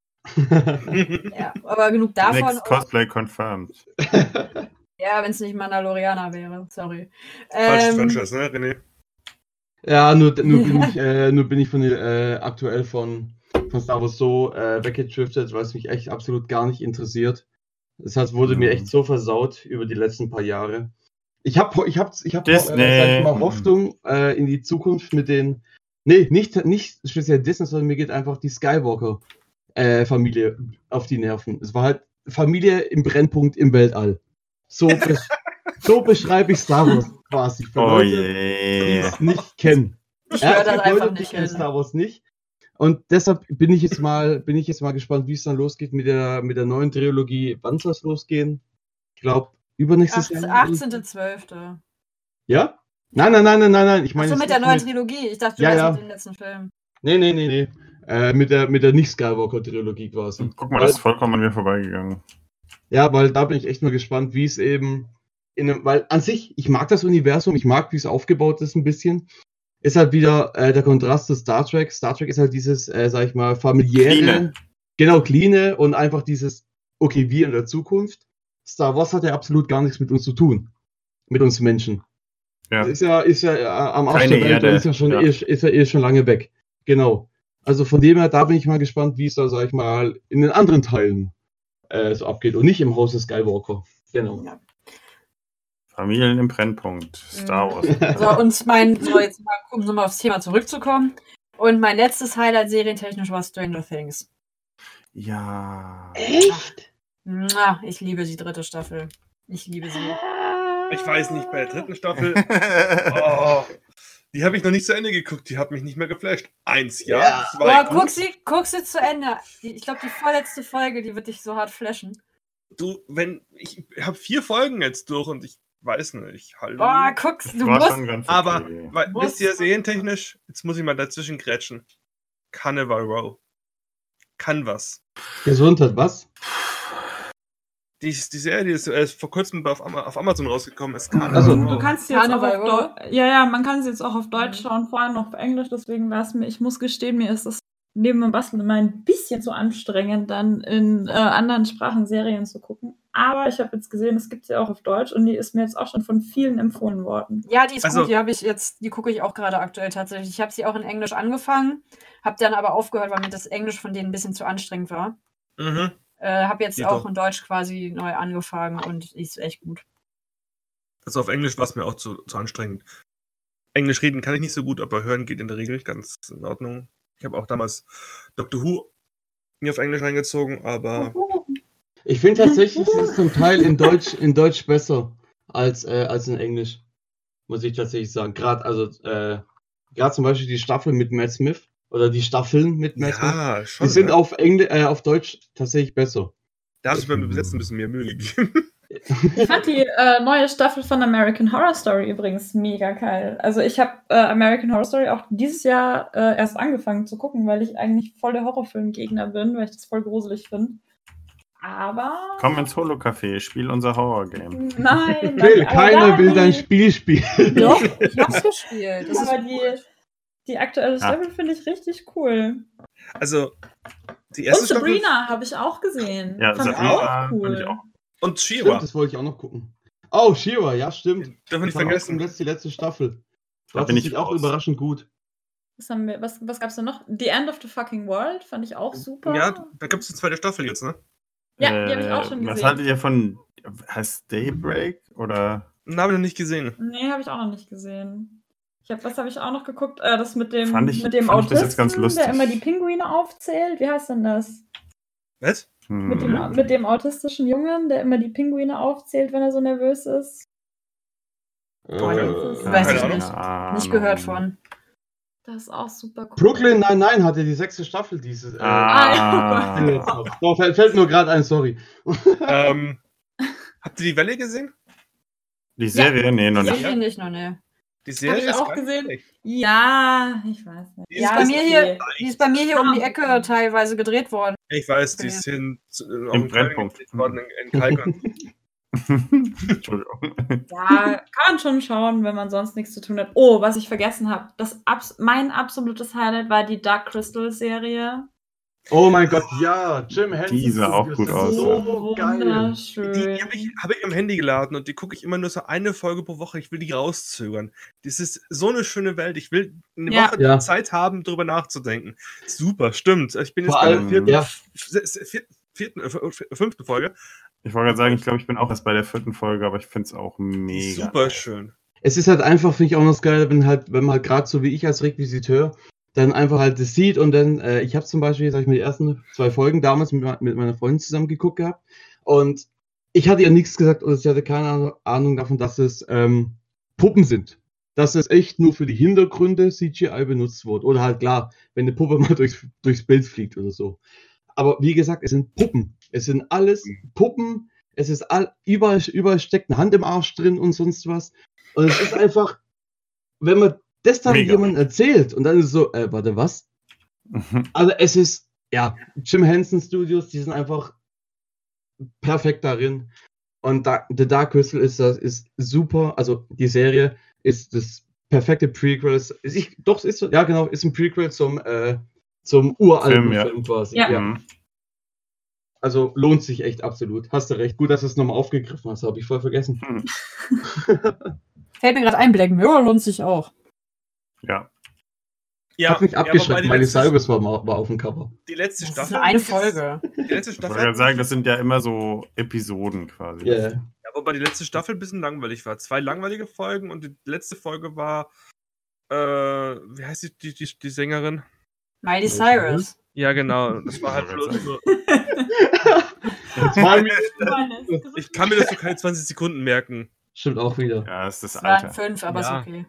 Ja, aber genug davon. Next Cosplay confirmed. Ja, wenn es nicht Mandalorianer wäre, sorry. Falsches Franchise, ne, René? Ja, nur bin ich von aktuell von Star Wars so weggedriftet, weil es mich echt absolut gar nicht interessiert. Das heißt, wurde mir echt so versaut über die letzten paar Jahre. Ich hab Disney. mal Hoffnung in die Zukunft mit den. Nee, nicht speziell Disney, sondern mir geht einfach die Skywalker Familie auf die Nerven. Es war halt Familie im Brennpunkt im Weltall. So beschreibe ich Star Wars quasi für Oh Leute, die je. es nicht kennen. Ich höre das für einfach Leute, die nicht kennen hin. Star Wars nicht. Und deshalb bin ich jetzt mal gespannt, wie es dann losgeht mit der neuen Trilogie. Wann soll es losgehen? Ich glaube, übernächstes Jahr. 18.12. Ja? Nein. Ich meine, Achso, es mit der ist neuen Trilogie. Ich dachte, du Ja, meinst ja. mit dem letzten Film. Nee. Mit der Nicht-Skywalker-Trilogie quasi. Guck mal, das ist vollkommen an mir vorbeigegangen. Ja, weil da bin ich echt mal gespannt, wie es eben weil an sich, ich mag das Universum, ich mag, wie es aufgebaut ist ein bisschen. Ist halt wieder der Kontrast zu Star Trek. Star Trek ist halt dieses, sag ich mal, familiäre, Cleane. genau, cleane und einfach dieses, okay, wir in der Zukunft. Star Wars hat ja absolut gar nichts mit uns zu tun. Mit uns Menschen. Ja. Ist ja am Arsch Keine der Welt Erde, und ist ja schon ja. ist ja schon lange weg. Genau. Also von dem her, da bin ich mal gespannt, wie es da, sag ich mal, in den anderen Teilen so abgeht und nicht im Haus des Skywalker. Genau. Ja. Familien im Brennpunkt. Star Wars. Jetzt mal, um nochmal aufs Thema zurückzukommen. Und mein letztes Highlight serientechnisch war Stranger Things. Ja. Echt? Ich liebe die 3. Staffel. Ich liebe sie. Ich weiß nicht, bei der 3. Staffel, die habe ich noch nicht zu Ende geguckt, die hat mich nicht mehr geflasht. 1, ja, 2, Guck sie zu Ende. Ich glaube, die vorletzte Folge, die wird dich so hart flashen. Ich habe 4 Folgen jetzt durch und ich weiß nicht. Hallo. Du War musst. schon ganz okay. Aber, wisst ihr, serientechnisch, jetzt muss ich mal dazwischen grätschen. Carnival Row. Kann was. Gesundheit, was? Die Serie ist vor kurzem auf Amazon rausgekommen. Es kann Also, Du kannst sie jetzt auch Carnival auf man kann sie jetzt auch auf Deutsch schauen, vorher noch auf Englisch, deswegen war es mir, ich muss gestehen, mir ist das neben dem Basteln immer ein bisschen zu anstrengend, dann in anderen Sprachen Serien zu gucken. Aber ich habe jetzt gesehen, es gibt sie auch auf Deutsch und die ist mir jetzt auch schon von vielen empfohlen worden. Ja, die ist Also- gut, die gucke ich auch gerade aktuell tatsächlich. Ich habe sie auch in Englisch angefangen, habe dann aber aufgehört, weil mir das Englisch von denen ein bisschen zu anstrengend war. Mhm. Habe jetzt Geht auch doch. in Deutsch quasi neu angefangen und die ist echt gut. Also auf Englisch war es mir auch zu anstrengend. Englisch reden kann ich nicht so gut, aber hören geht in der Regel ganz in Ordnung. Ich habe auch damals Doctor Who mir auf Englisch reingezogen, aber Ich finde tatsächlich, es ist zum Teil in Deutsch besser als in Englisch. Muss ich tatsächlich sagen. Gerade zum Beispiel die Staffel mit Matt Smith oder die Staffeln mit Matt Smith, ja, schon. die sind ne? auf Deutsch tatsächlich besser. Da habe ich beim Besetzen ein bisschen mehr Mühe gegeben. Ich fand die neue Staffel von American Horror Story übrigens mega geil. Also ich habe American Horror Story auch dieses Jahr erst angefangen zu gucken, weil ich eigentlich voll der Horrorfilmgegner bin, weil ich das voll gruselig finde. Aber... Komm ins Holo-Café, spiel unser Horror-Game. Nein, Will, aber keiner da will die- dein Spiel spielen. Doch, ich hab's gespielt. Das ist Aber die aktuelle Staffel finde ich richtig cool. Also, die Und erste Staffel Sabrina habe ich auch gesehen. Ja, Fand ich Sabrina auch fand cool. ich auch. und Stimmt, She-Ra. das wollte ich auch noch gucken. Oh, She-Ra, ja, stimmt. Darf man nicht Das war auch vergessen. die letzte Staffel. Da War bin ich tatsächlich auch raus. überraschend gut. Was gab's da noch? The End of the Fucking World fand ich auch super. Ja, da gibt es eine zweite Staffel jetzt, ne? Ja, die habe ich auch schon Was gesehen. haltet ihr von. Heißt Daybreak? Oder. Habe ich noch nicht gesehen. Nee, habe ich auch noch nicht gesehen. Was habe ich auch noch geguckt? Das mit dem, Fand ich mit dem das Autisten, jetzt ganz lustig. der immer die Pinguine aufzählt. Wie heißt denn das? Was? Mit dem autistischen Jungen, der immer die Pinguine aufzählt, wenn er so nervös ist. Boah, das ist- Weiß ich Keine nicht. Nicht gehört von. Das ist auch super cool. Brooklyn Nine-Nine hatte die 6. Staffel dieses. Ah. Doch, fällt nur gerade ein, sorry. Habt ihr die Welle gesehen? Die Serie? Nee, noch Die nicht. Serie nicht noch, ne. Die Serie Hab ich ist auch gar nicht gesehen. schlecht. Ja, ich weiß nicht. Die Ja, ist die ist bei mir hier um die Ecke teilweise gedreht worden. Ich weiß, die Ja. sind Im Brennpunkt. in Kalkon. Entschuldigung. Ja, kann man schon schauen, wenn man sonst nichts zu tun hat. Oh, was ich vergessen habe. Mein absolutes Highlight war die Dark Crystal Serie. Oh mein Gott, ja, Jim Henson. Die sah auch gut aus, So geil. Wunderschön. Die habe ich am Handy geladen und die gucke ich immer nur so eine Folge pro Woche. Ich will die rauszögern. Das ist so eine schöne Welt. Ich will eine Ja. Woche Ja. Zeit haben, darüber nachzudenken. Super, stimmt. Ich bin jetzt Vor bei der allem, ja. fünften Folge. Ich wollte gerade sagen, ich glaube, ich bin auch erst bei der 4. Folge, aber ich finde es auch mega. Super schön. Es ist halt einfach, finde ich auch noch das Geile, wenn man halt gerade so wie ich als Requisiteur dann einfach halt das sieht und dann, ich habe zum Beispiel, sag ich mal, die ersten 2 Folgen damals mit meiner Freundin zusammen geguckt gehabt und ich hatte ihr nichts gesagt oder sie hatte keine Ahnung davon, dass es Puppen sind. Dass es echt nur für die Hintergründe CGI benutzt wird. Oder halt klar, wenn eine Puppe mal durchs Bild fliegt oder so. Aber wie gesagt, es sind Puppen. Es sind alles Puppen. Es ist überall steckt eine Hand im Arsch drin und sonst was. Und es ist einfach, wenn man das dann Mega. jemandem erzählt und dann ist es so, warte, was? Also es ist, ja, Jim Henson Studios, die sind einfach perfekt darin. Und The Dark Crystal ist super. Also die Serie ist das perfekte Prequel. Ist ein Prequel zum uralten Film quasi. Ja. Also lohnt sich echt absolut. Hast du recht. Gut, dass du es nochmal aufgegriffen hast. Habe ich voll vergessen. Fällt mir gerade ein, Black Mirror lohnt sich auch. Ja. Hat mich abgeschreckt. Miley Cyrus war auf dem Cover. Die letzte Das Staffel. ist nur eine Folge. Die letzte Ich Staffel. wollte gerade sagen, das sind ja immer so Episoden quasi. Yeah. Ja, wobei die letzte Staffel ein bisschen langweilig war. 2 langweilige Folgen und die letzte Folge war, wie heißt die Sängerin? Miley Cyrus. Ja, genau. Das war halt bloß so. Ich kann mir das so keine 20 Sekunden merken. Stimmt auch wieder. Ja, das ist das Es waren Alter. 5, aber Ja. ist okay.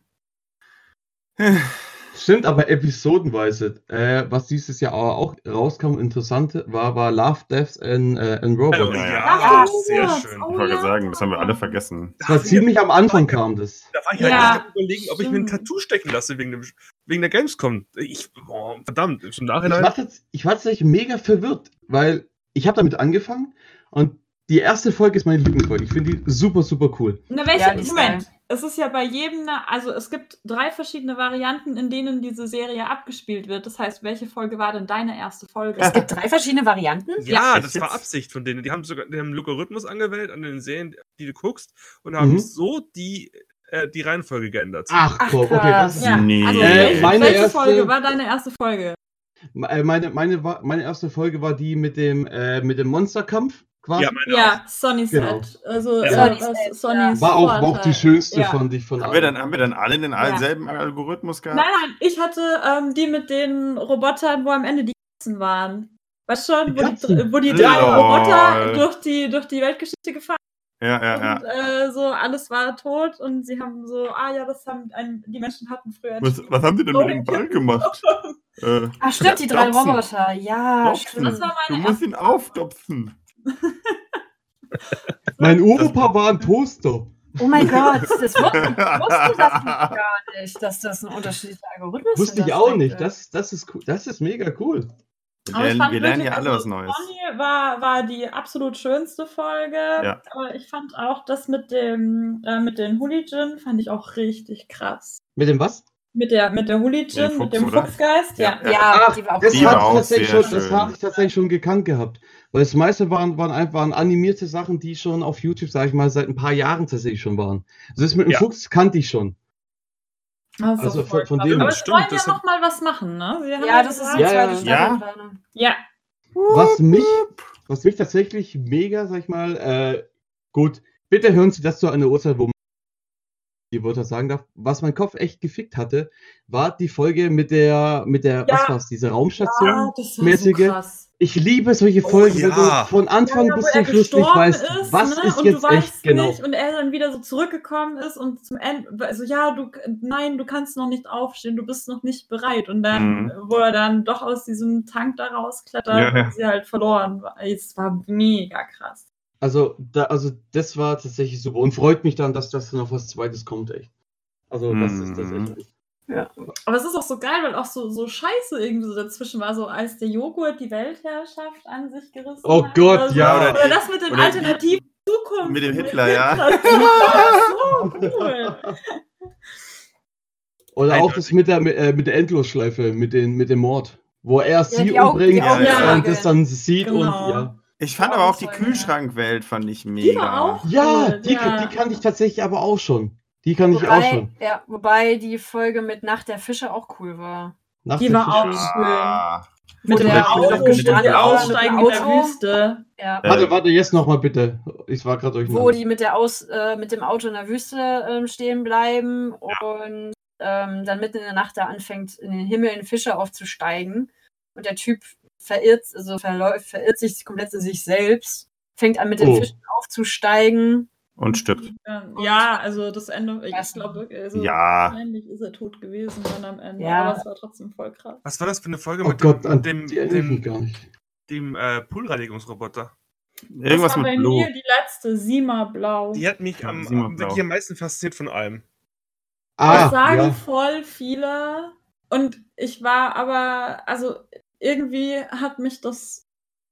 Stimmt, aber episodenweise. Was dieses Jahr auch rauskam, interessant war Love, Death and Robots. Ja, sehr Robots. schön. Ich wollte gerade sagen, das haben wir alle vergessen. Das war ziemlich am Anfang kam das. Da war ich Ja, halt überlegen, ob ich mir ein stimmt. Tattoo stecken lasse wegen der Gamescom. Verdammt, im Ich Nachhinein. war tatsächlich mega verwirrt, weil ich habe damit angefangen und die erste Folge ist meine Lieblingsfolge. Ich finde die super, super cool. Na, welche? Ja, die ist Moment. geil. Es ist ja bei jedem, also es gibt 3 verschiedene Varianten, in denen diese Serie abgespielt wird. Das heißt, welche Folge war denn deine erste Folge? Es gibt 3 verschiedene Varianten? Ja, Echt das war jetzt? Absicht von denen. Die haben einen Logarithmus angewählt an den Serien, die du guckst, und haben so die Reihenfolge geändert. Ach komm, okay. krass. Das ist, Ja, Nee. also meine welche erste- Folge war deine erste Folge? meine erste Folge war die mit dem Monsterkampf quasi. Ja, meine Ja, Sonny Genau. Set. Also Ja. Sonnys war auch die schönste Ja. fand ich von Haben wir dann alle den selben Algorithmus gehabt? Nein, ich hatte die mit den Robotern, wo am Ende die Katzen waren. Weißt schon, Die Katzen? wo die 3 Lol. Roboter durch die Weltgeschichte gefahren Ja. und so alles war tot und sie haben so, das haben die Menschen hatten früher. Was haben die denn mit dem Ball gemacht? Ach stimmt, die 3 Dopsen. Roboter. Ja, Dopsen. stimmt. Das war Du meine musst ihn aufdopsen. Mein Opa war ein Toaster. Oh mein Gott, das wusste das gar nicht, dass das ein unterschiedlicher Algorithmus Wusste ich auch nicht. Das ist cool. Das ist mega cool. Aber ich fand Wir lernen wirklich, ja alle was Neues. Sonny war die absolut schönste Folge. Ja. Aber ich fand auch das mit den Hooligan fand ich auch richtig krass. Mit dem was? Mit der Hooligan, Den Fuchs, mit dem oder? Fuchsgeist, ja. Ja, die war auch Das Die cool. war auch habe sehr schön. ich tatsächlich schon gekannt gehabt. Weil das meiste waren animierte Sachen, die schon auf YouTube, sag ich mal, seit ein paar Jahren tatsächlich schon waren. Also das mit dem Ja. Fuchs kannte ich schon. Das ist Also doch voll von krass. dem- Aber Stimmt, sie wollen das ja hat- noch mal was machen, ne? Sie haben Ja, das ist die Ja, zweite ja. Staffel. Ja. Was mich tatsächlich mega, sag ich mal, gut, bitte hören Sie das zu einer Uhrzeit, wo man die Wörter sagen darf. Was mein Kopf echt gefickt hatte, war die Folge mit der was war's, diese Raumstation? das war mäßige. so krass. Ich liebe solche Folgen, ja. wenn du von Anfang Ja, bis wo zum er Schluss nicht gestorben weißt, ist, was ne? ist Und jetzt du weißt echt genau. nicht, und er dann wieder so zurückgekommen ist und zum Ende, also ja, du kannst noch nicht aufstehen, du bist noch nicht bereit. Und dann, wo er dann doch aus diesem Tank da rausklettert Ja. und sie halt verloren war. Es war mega krass. Also das war tatsächlich super und freut mich dann, dass das noch was Zweites kommt, echt. Also das ist das echt. Aber es ist auch so geil, weil auch so Scheiße irgendwie so dazwischen war, so als der Joghurt die Weltherrschaft an sich gerissen Oh hat. Gott, oder so. ja. Oder das mit dem oder alternativen Zukunft. mit dem Hitler, ja. Das war so cool. Oder auch Eindeutig. das mit der Endlosschleife, mit dem Mord, wo er sie die Augen- umbringt die Augen- und das dann sieht Genau. und ja. Ich fand aber auch die Kühlschrankwelt fand ich mega. Die war auch Ja, cool, die kannte ich tatsächlich aber auch schon. Die kannte ich auch schon. Wobei die Folge mit Nacht der Fische auch cool war. Nach Die der war auch Fische- Ah, mit dem der Auto, auch gestrandet die war, Aussteigen in mit dem der Auto. Wüste. Ja. Warte, jetzt nochmal bitte. Ich war gerade Wo durcheinander. die mit dem Auto in der Wüste stehen bleiben und dann mitten in der Nacht da anfängt, in den Himmel in Fische aufzusteigen. Und der Typ verirrt sich komplett in sich selbst, fängt an mit den Oh. Fischen aufzusteigen. und stirbt. Ja, also das Ende, ich Was? glaube, also Ja. wahrscheinlich ist er tot gewesen dann am Ende. Ja. Aber es war trotzdem voll krass. Was war das für eine Folge Oh mit Gott, an dem die erinnere ich mich gar nicht. Poolreinigungsroboter? Irgendwas das war mit bei Blau. mir die letzte, Sima Blau. Die hat mich Ja, Simon Blau. wirklich am meisten fasziniert von allem. Das sagen ja. voll viele. Und ich war aber, also irgendwie hat mich das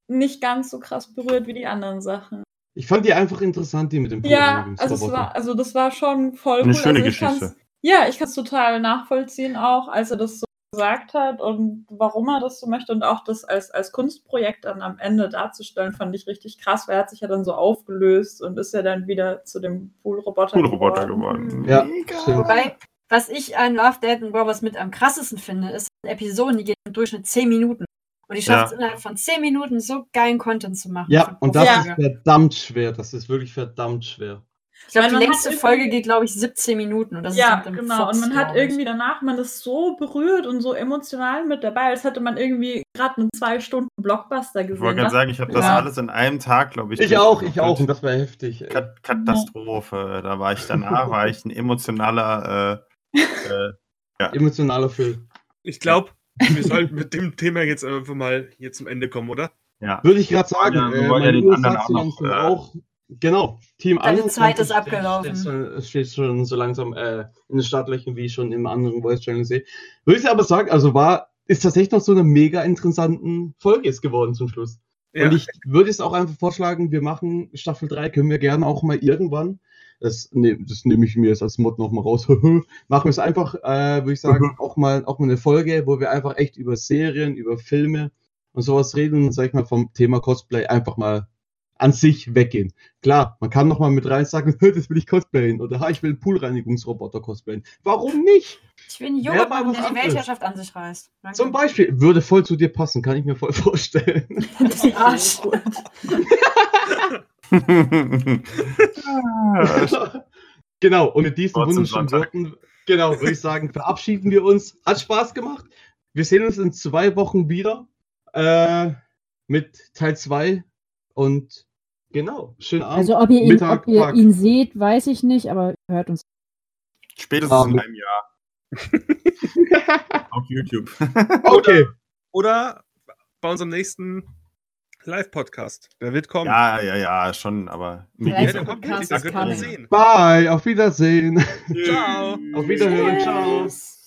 nicht ganz so krass berührt wie die anderen Sachen. Ich fand die einfach interessant, die mit dem Ja, Poolreinigungsroboter. das war schon voll Eine cool. schöne Also ich Geschichte. ich kann es total nachvollziehen auch, als er das so gesagt hat und warum er das so möchte und auch das als Kunstprojekt dann am Ende darzustellen, fand ich richtig krass, weil er hat sich ja dann so aufgelöst und ist ja dann wieder zu dem Poolroboter geworden. Ja, Mega. stimmt. Wobei, was ich an Love, Death and Robots mit am krassesten finde, ist Episoden, die gehen im Durchschnitt 10 Minuten. Und die schafft es innerhalb von 10 Minuten so geilen Content zu machen. Ja, und das Ja. ist verdammt schwer. Das ist wirklich verdammt schwer. Ich glaube, Weil die man längste hat Folge irgendwie- geht, glaube ich, 17 Minuten. Und das Ja, ist mit dem genau. Fox, Und man hat glaub ich. irgendwie danach, man ist so berührt und so emotional mit dabei, als hätte man irgendwie gerade einen 2-Stunden-Blockbuster Ich gesehen. wollte gerade was? sagen, ich habe das Ja. alles in einem Tag, glaube ich. Ich auch. durchgeguckt. Und das war heftig. Ey. Katastrophe. Da war ich ein emotionaler Emotionaler Film. Ich glaube, wir sollten mit dem Thema jetzt einfach mal hier zum Ende kommen, oder? ja. Würde ich gerade sagen. Wir wollen ja meine den Uhr anderen sagt auch so noch, langsam auch. Genau. Team Deine 21 Zeit ist abgelaufen. Steht schon so langsam in den Startlöchern, wie ich schon im anderen Voice Channel sehe. Würde ich aber sagen, also ist tatsächlich noch so eine mega interessanten Folge jetzt geworden zum Schluss. Ja. Und ich würde es auch einfach vorschlagen, wir machen Staffel 3, können wir gerne auch mal irgendwann, das nehme ich mir jetzt als Mod nochmal raus, machen wir es einfach, würde ich sagen, auch mal eine Folge, wo wir einfach echt über Serien, über Filme und sowas reden und, sag ich mal, vom Thema Cosplay einfach mal an sich weggehen. Klar, man kann nochmal mit rein sagen, das will ich cosplayen oder ich will einen Poolreinigungsroboter cosplayen. Warum nicht? Ich will einen Wer Joghurt war machen, was der die anderes? Weltherrschaft an sich reißt. Danke. Zum Beispiel, würde voll zu dir passen, kann ich mir voll vorstellen. Die Arsch. Genau, und mit diesen Trotzdem wunderschönen Sonntag. Worten, würde ich sagen, verabschieden wir uns. Hat Spaß gemacht. Wir sehen uns in 2 Wochen wieder mit Teil 2 und genau, schönen Abend. Also ob ihr Mittag, Tag. ihn seht, weiß ich nicht, aber ihr hört uns. Spätestens in einem Jahr. Auf YouTube. Okay, Oder bei unserem nächsten Live-Podcast. Der wird kommen. Ja, schon, aber. Vielleicht der kommt Podcast wirklich, da ist könnt ihr uns coming. sehen. bye, auf Wiedersehen. Ciao. Auf Wiederhören, ciao. Tschüss.